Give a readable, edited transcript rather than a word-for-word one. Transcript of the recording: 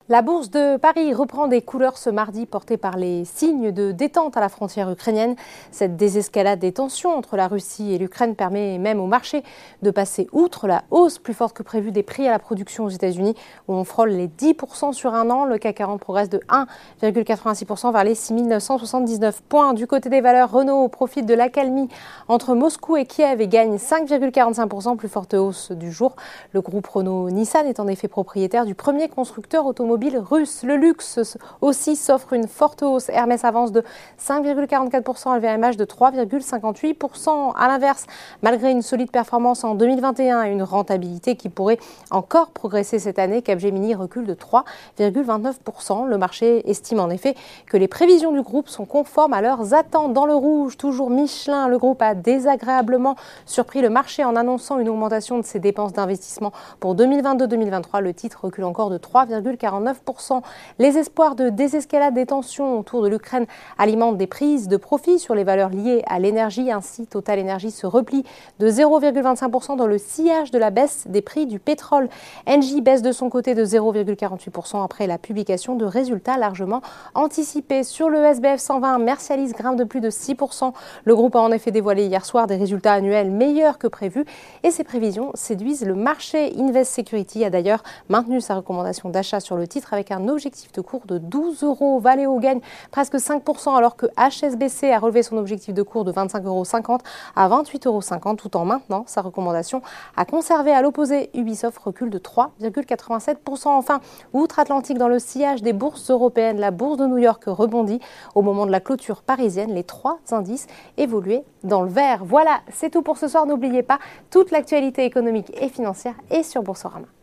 La bourse de Paris reprend des couleurs ce mardi, portée par les signes de détente à la frontière ukrainienne. Cette désescalade des tensions entre la Russie et l'Ukraine permet même au marché de passer outre la hausse plus forte que prévue des prix à la production aux États-Unis, où on frôle les 10% sur un an. Le CAC 40 progresse de 1,86% vers les 6 979 points. Du côté des valeurs, Renault profite de l'accalmie entre Moscou et Kiev et gagne 5,45%, plus forte hausse du jour. Le groupe Renault-Nissan est en effet propriétaire du premier constructeur automobile russe. Le luxe aussi s'offre une forte hausse. Hermès avance de 5,44%, LVMH de 3,58%. À l'inverse, malgré une solide performance en 2021 et une rentabilité qui pourrait encore progresser cette année, Capgemini recule de 3,29%. Le marché estime en effet que les prévisions du groupe sont conformes à leurs attentes. Dans le rouge, toujours Michelin, le groupe a désagréablement surpris le marché en annonçant une augmentation de ses dépenses d'investissement pour 2022-2023. Le titre recule encore de 3,49%. Les espoirs de désescalade des tensions autour de l'Ukraine alimentent des prises de profit sur les valeurs liées à l'énergie. Ainsi, Total Energy se replie de 0,25% dans le sillage de la baisse des prix du pétrole. Engie baisse de son côté de 0,48% après la publication de résultats largement anticipés. Sur le SBF 120, Mercialys grimpe de plus de 6%. Le groupe a en effet dévoilé hier soir des résultats annuels meilleurs que prévus et ses prévisions séduisent le marché. Invest Security a d'ailleurs maintenu sa recommandation d'achat sur le titre avec un objectif de cours de 12 €. Valeo gagne presque 5% alors que HSBC a relevé son objectif de cours de 25,50 € à 28,50 € tout en maintenant sa recommandation à conserver. À l'opposé, Ubisoft recule de 3,87%. Enfin, outre-Atlantique, dans le sillage des bourses européennes, la bourse de New York rebondit. Au moment de la clôture parisienne, les 3 indices évoluaient dans le vert. Voilà, c'est tout pour ce soir. N'oubliez pas, toute l'actualité économique et financière est sur Boursorama.